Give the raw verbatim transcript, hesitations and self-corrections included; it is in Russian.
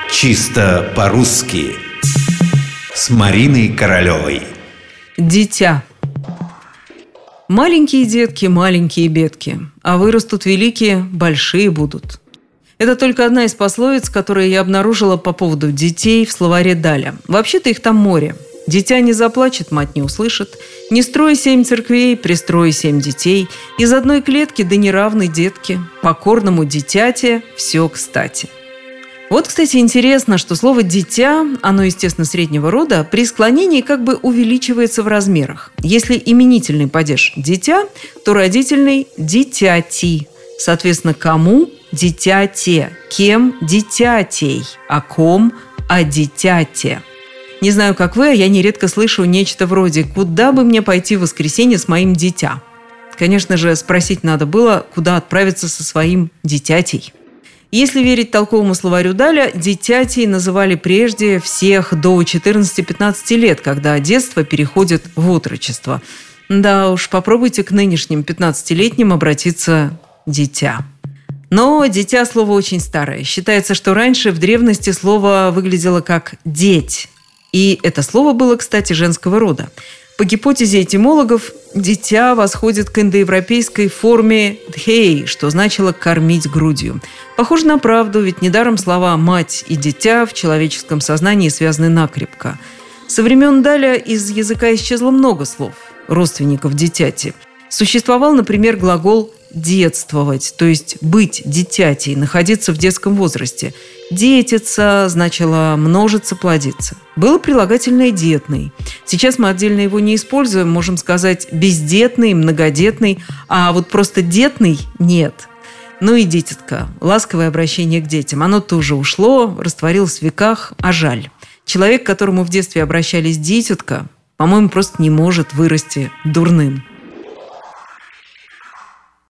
Чисто по-русски с Мариной Королевой. Дитя. Маленькие детки, маленькие бедки, а вырастут великие, большие будут. Это только одна из пословиц, которые я обнаружила по поводу детей в словаре Даля. Вообще-то их там море. Дитя не заплачет, мать не услышит. Не строй семь церквей, пристрой семь детей. Из одной клетки да неравной детки. Покорному дитяте все кстати. Вот, кстати, интересно, что слово «дитя», оно, естественно, среднего рода, при склонении как бы увеличивается в размерах. Если именительный падеж «дитя», то родительный «дитяти». Соответственно, кому – «дитяте», кем – «дитятей», о ком – «о дитяте». Не знаю, как вы, а я нередко слышу нечто вроде «куда бы мне пойти в воскресенье с моим дитя?». Конечно же, спросить надо было, куда отправиться со своим дитятей. Если верить толковому словарю Даля, дитятей называли прежде всех до четырнадцати-пятнадцати лет, когда детство переходит в отрочество. Да уж, попробуйте к нынешним пятнадцатилетним обратиться «дитя». Но «дитя» слово очень старое. Считается, что раньше в древности слово выглядело как «деть». И это слово было, кстати, женского рода. По гипотезе этимологов, «дитя» восходит к индоевропейской форме «дхей», что значило «кормить грудью». Похоже на правду, ведь недаром слова «мать» и «дитя» в человеческом сознании связаны накрепко. Со времен Даля из языка исчезло много слов, родственников дитяти. Существовал, например, глагол «детствовать», то есть быть дитятей, находиться в детском возрасте. «Детиться» значило «множиться, плодиться». Было прилагательное «детный». Сейчас мы отдельно его не используем, можем сказать «бездетный», «многодетный», а вот просто «детный» нет. Ну и «дитятка», ласковое обращение к детям, оно тоже ушло, растворилось в веках, а жаль. Человек, к которому в детстве обращались «дитятка», по-моему, просто не может вырасти дурным.